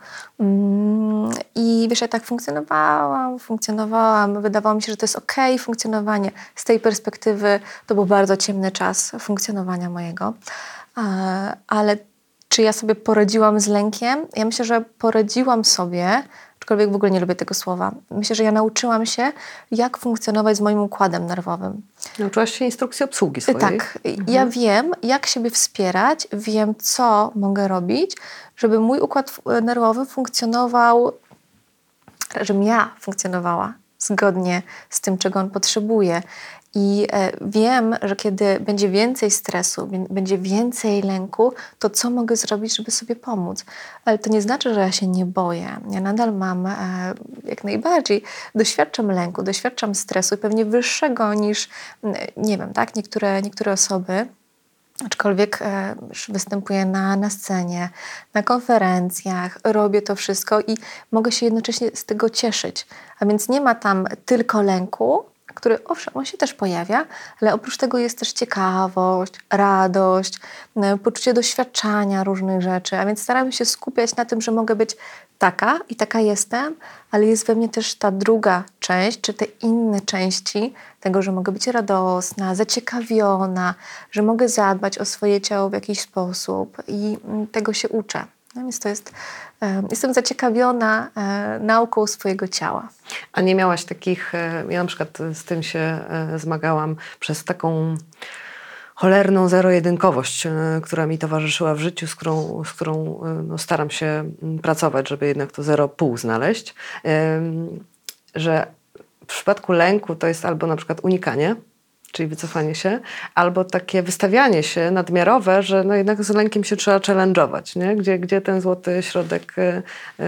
Speaker 3: I wiesz, ja tak funkcjonowałam, funkcjonowałam, wydawało mi się, że to jest okej funkcjonowanie. Z tej perspektywy to był bardzo ciemny czas funkcjonowania mojego. Ale czy ja sobie poradziłam z lękiem? Ja myślę, że poradziłam sobie, aczkolwiek w ogóle nie lubię tego słowa. Myślę, że ja nauczyłam się, jak funkcjonować z moim układem nerwowym.
Speaker 2: Nauczyłaś się instrukcji obsługi swojej?
Speaker 3: Tak. Mhm. Ja wiem, jak siebie wspierać, wiem, co mogę robić, żeby mój układ nerwowy funkcjonował, żebym ja funkcjonowała zgodnie z tym, czego on potrzebuje. I e, wiem, że kiedy będzie więcej stresu, będzie więcej lęku, to co mogę zrobić, żeby sobie pomóc? Ale to nie znaczy, że ja się nie boję. Ja nadal mam, e, jak najbardziej, doświadczam lęku, doświadczam stresu i pewnie wyższego niż, nie wiem, tak, niektóre, niektóre osoby. Aczkolwiek e, już występuję na, na scenie, na konferencjach, robię to wszystko i mogę się jednocześnie z tego cieszyć. A więc nie ma tam tylko lęku, który owszem, on się też pojawia, ale oprócz tego jest też ciekawość, radość, e, poczucie doświadczania różnych rzeczy. A więc staram się skupiać na tym, że mogę być taka i taka jestem, ale jest we mnie też ta druga część, czy te inne części tego, że mogę być radosna, zaciekawiona, że mogę zadbać o swoje ciało w jakiś sposób i mm, tego się uczę. No więc to jest, e, jestem zaciekawiona e, nauką swojego ciała.
Speaker 2: A nie miałaś takich, e, ja na przykład z tym się e, zmagałam przez taką cholerną zero-jedynkowość, e, która mi towarzyszyła w życiu, z którą, z którą e, no, staram się m, pracować, żeby jednak to zero pół znaleźć, e, że w przypadku lęku to jest albo na przykład unikanie, czyli wycofanie się, albo takie wystawianie się nadmiarowe, że no jednak z lękiem się trzeba challenge'ować, nie? Gdzie, gdzie ten złoty środek y,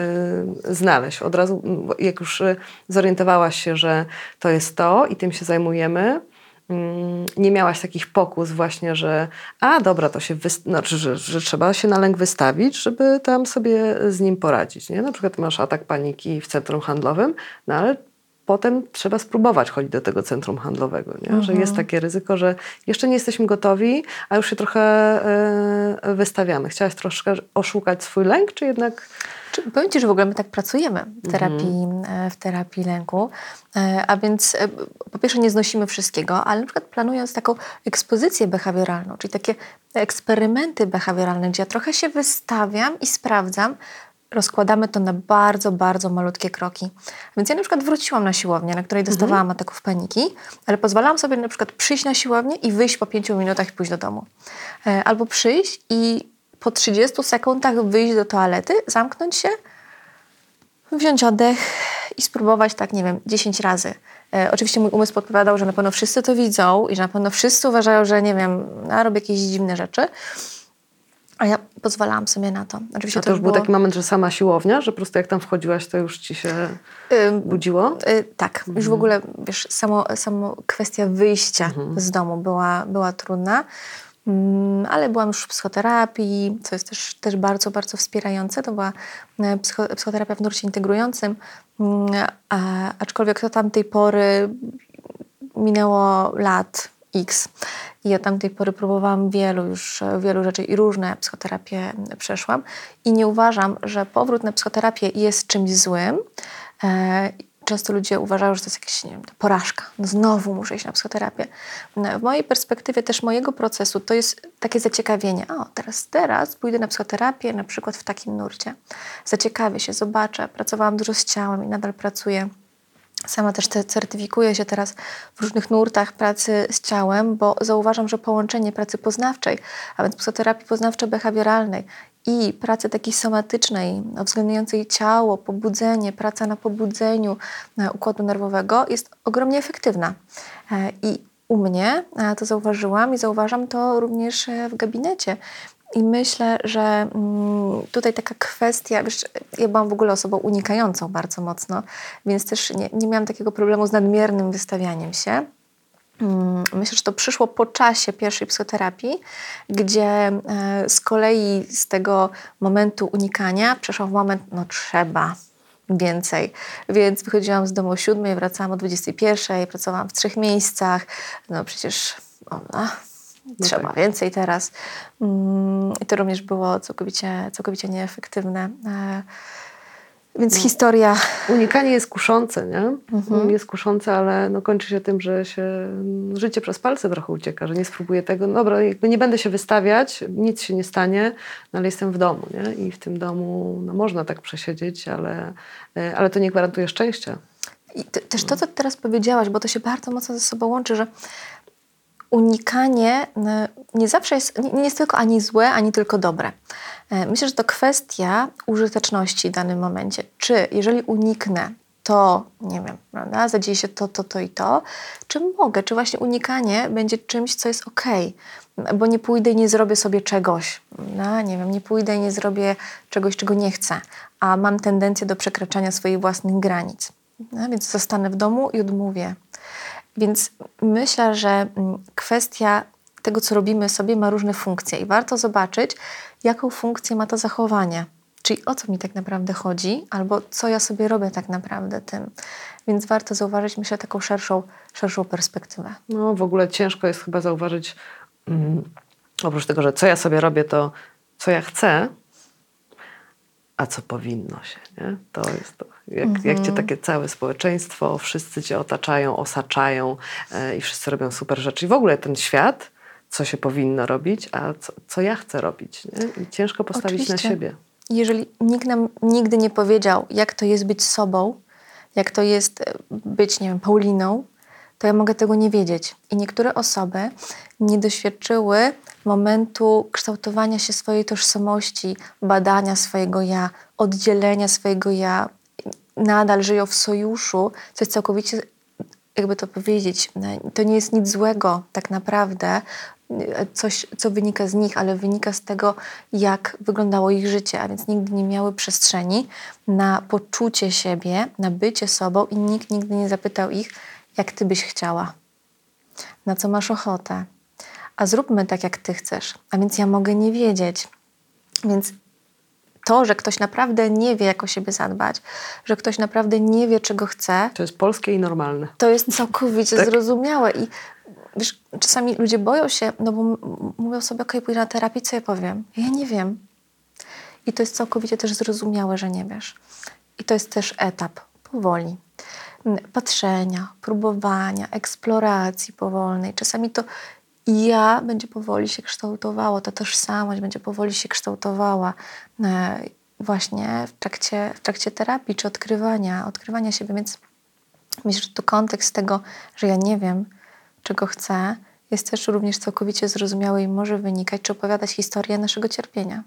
Speaker 2: y, znaleźć. Od razu, jak już y, zorientowałaś się, że to jest to i tym się zajmujemy, y, nie miałaś takich pokus właśnie, że a dobra, to się wyst- znaczy, że, że trzeba się na lęk wystawić, żeby tam sobie z nim poradzić, nie? Na przykład masz atak paniki w centrum handlowym, no ale potem trzeba spróbować chodzić do tego centrum handlowego, nie? Mhm. Że jest takie ryzyko, że jeszcze nie jesteśmy gotowi, a już się trochę y, wystawiamy. Chciałaś troszkę oszukać swój lęk, czy jednak...
Speaker 3: Czy, powiem Ci, że w ogóle my tak pracujemy w terapii, mhm. w terapii lęku, a więc po pierwsze nie znosimy wszystkiego, ale na przykład planując taką ekspozycję behawioralną, czyli takie eksperymenty behawioralne, gdzie ja trochę się wystawiam i sprawdzam, rozkładamy to na bardzo, bardzo malutkie kroki. Więc ja na przykład wróciłam na siłownię, na której dostawałam mhm. ataków paniki, ale pozwalałam sobie na przykład przyjść na siłownię i wyjść po pięciu minutach i pójść do domu. Albo przyjść i po trzydziestu sekundach wyjść do toalety, zamknąć się, wziąć oddech i spróbować tak, nie wiem, dziesięć razy. E, oczywiście mój umysł podpowiadał, że na pewno wszyscy to widzą i że na pewno wszyscy uważają, że nie wiem, ja robię jakieś dziwne rzeczy. A ja pozwalałam sobie na to. Oczywiście
Speaker 2: A to już
Speaker 3: było...
Speaker 2: był taki moment, że sama siłownia, że po prostu jak tam wchodziłaś, to już ci się y, budziło?
Speaker 3: Y, tak. Mhm. Już w ogóle, wiesz, samo, samo kwestia wyjścia mhm. z domu była, była trudna. Um, ale byłam już w psychoterapii, co jest też, też bardzo, bardzo wspierające. To była psycho, psychoterapia w nurcie integrującym. Um, a, aczkolwiek od tamtej pory minęło lat X. I od tamtej pory próbowałam wielu już, wielu rzeczy i różne psychoterapie przeszłam. I nie uważam, że powrót na psychoterapię jest czymś złym. E, Często ludzie uważają, że to jest jakaś, nie wiem, porażka. No znowu muszę iść na psychoterapię. No, w mojej perspektywie też mojego procesu to jest takie zaciekawienie. O, teraz, teraz pójdę na psychoterapię na przykład w takim nurcie. Zaciekawię się, zobaczę. Pracowałam dużo z ciałem i nadal pracuję. Sama też te certyfikuję się teraz w różnych nurtach pracy z ciałem, bo zauważam, że połączenie pracy poznawczej, a więc psychoterapii poznawczo-behawioralnej i pracy takiej somatycznej, uwzględniającej ciało, pobudzenie, praca na pobudzeniu układu nerwowego jest ogromnie efektywna. I u mnie to zauważyłam i zauważam to również w gabinecie. I myślę, że tutaj taka kwestia, wiesz, ja byłam w ogóle osobą unikającą bardzo mocno, więc też nie, nie miałam takiego problemu z nadmiernym wystawianiem się. Myślę, że to przyszło po czasie pierwszej psychoterapii, gdzie z kolei z tego momentu unikania przeszłam w moment, no trzeba więcej. Więc wychodziłam z domu o siódmej, wracałam o dwudziestej pierwszej, pracowałam w trzech miejscach, no przecież... O, no.
Speaker 2: No
Speaker 3: Trzeba
Speaker 2: tak.
Speaker 3: więcej teraz. I to również było całkowicie, całkowicie nieefektywne. Więc no. historia...
Speaker 2: Unikanie jest kuszące, nie?
Speaker 3: Mhm.
Speaker 2: Jest kuszące, ale no kończy się tym, że się życie przez palce trochę ucieka, że nie spróbuję tego. No dobra, jakby nie będę się wystawiać, nic się nie stanie, no ale jestem w domu, nie? I w tym domu no, można tak przesiedzieć, ale, ale to nie gwarantuje szczęścia.
Speaker 3: I te, też to, co teraz powiedziałaś, bo to się bardzo mocno ze sobą łączy, że unikanie nie zawsze jest, nie jest tylko ani złe, ani tylko dobre. Myślę, że to kwestia użyteczności w danym momencie. Czy jeżeli uniknę, to, nie wiem, prawda, zadzieje się to, to, to i to, czy mogę, czy właśnie unikanie będzie czymś, co jest okej, bo nie pójdę i nie zrobię sobie czegoś, no, nie wiem, nie pójdę i nie zrobię czegoś, czego nie chcę, a mam tendencję do przekraczania swoich własnych granic. No, więc zostanę w domu i odmówię. Więc myślę, że kwestia tego, co robimy sobie, ma różne funkcje i warto zobaczyć, jaką funkcję ma to zachowanie. Czyli o co mi tak naprawdę chodzi, albo co ja sobie robię tak naprawdę tym. Więc warto zauważyć, myślę, taką szerszą, szerszą perspektywę.
Speaker 2: No w ogóle ciężko jest chyba zauważyć, mm, oprócz tego, że co ja sobie robię, to co ja chcę, a co powinno się, nie? To jest to. Jak,
Speaker 3: Mhm.
Speaker 2: jak cię takie całe społeczeństwo, wszyscy cię otaczają, osaczają e, i wszyscy robią super rzeczy. I w ogóle ten świat, co się powinno robić, a co, co ja chcę robić, nie? I ciężko postawić
Speaker 3: Oczywiście.
Speaker 2: na siebie.
Speaker 3: Jeżeli nikt nam nigdy nie powiedział, jak to jest być sobą, jak to jest być, nie wiem, Pauliną, to ja mogę tego nie wiedzieć. I niektóre osoby nie doświadczyły momentu kształtowania się swojej tożsamości, badania swojego ja, oddzielenia swojego ja. Nadal żyją w sojuszu, co jest całkowicie, jakby to powiedzieć, to nie jest nic złego tak naprawdę, coś, co wynika z nich, ale wynika z tego, jak wyglądało ich życie, a więc nigdy nie miały przestrzeni na poczucie siebie, na bycie sobą i nikt nigdy nie zapytał ich, jak ty byś chciała, na co masz ochotę, a zróbmy tak, jak ty chcesz, a więc ja mogę nie wiedzieć, więc to, że ktoś naprawdę nie wie, jak o siebie zadbać, że ktoś naprawdę nie wie, czego chce,
Speaker 2: To jest polskie i normalne.
Speaker 3: to jest całkowicie
Speaker 2: Tak.
Speaker 3: zrozumiałe. I wiesz, czasami ludzie boją się, no bo m- mówią sobie, okej, pójdę na terapię, co ja powiem? Ja nie wiem. I to jest całkowicie też zrozumiałe, że nie wiesz. I to jest też etap powoli. M, Patrzenia, próbowania, eksploracji powolnej. Czasami to ja będzie powoli się kształtowało, ta tożsamość będzie powoli się kształtowała e, właśnie w trakcie, w trakcie terapii czy odkrywania, odkrywania siebie. Więc myślę, że tu kontekst tego, że ja nie wiem, czego chcę, jest też również całkowicie zrozumiały i może wynikać, czy opowiadać historię naszego cierpienia.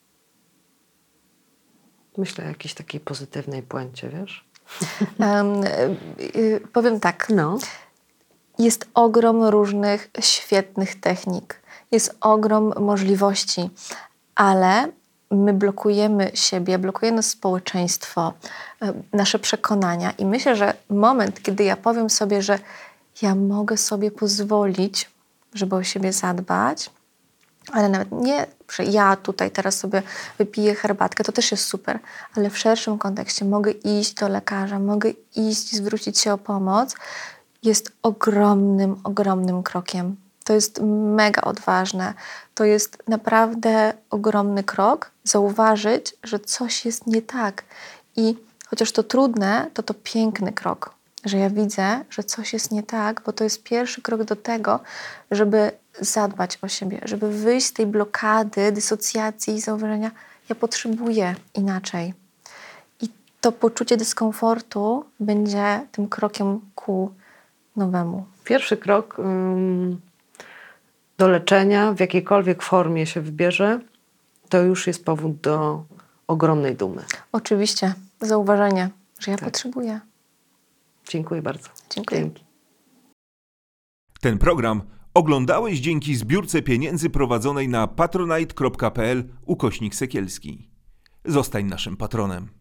Speaker 2: Myślę o jakiejś takiej pozytywnej puencie, wiesz?
Speaker 3: Um, y, y, powiem tak.
Speaker 2: No.
Speaker 3: Jest ogrom różnych świetnych technik. Jest ogrom możliwości, ale my blokujemy siebie, blokujemy społeczeństwo, y, nasze przekonania i myślę, że moment, kiedy ja powiem sobie, że ja mogę sobie pozwolić, żeby o siebie zadbać, ale nawet nie, że ja tutaj teraz sobie wypiję herbatkę, to też jest super, ale w szerszym kontekście mogę iść do lekarza, mogę iść, zwrócić się o pomoc, jest ogromnym, ogromnym krokiem. To jest mega odważne. To jest naprawdę ogromny krok, zauważyć, że coś jest nie tak. I chociaż to trudne, to to piękny krok, że ja widzę, że coś jest nie tak, bo to jest pierwszy krok do tego, żeby zadbać o siebie, żeby wyjść z tej blokady, dysocjacji i zauważenia, ja potrzebuję inaczej. I to poczucie dyskomfortu będzie tym krokiem ku nowemu.
Speaker 2: Pierwszy krok ym, do leczenia, w jakiejkolwiek formie się wybierze, to już jest powód do ogromnej dumy.
Speaker 3: Oczywiście zauważenie, że ja
Speaker 2: Tak.
Speaker 3: potrzebuję.
Speaker 2: Dziękuję bardzo.
Speaker 3: Dziękuję.
Speaker 2: Dzięki.
Speaker 1: Ten program oglądałeś dzięki zbiórce pieniędzy prowadzonej na patronite kropka pl ukośnik Sekielski. Zostań naszym patronem.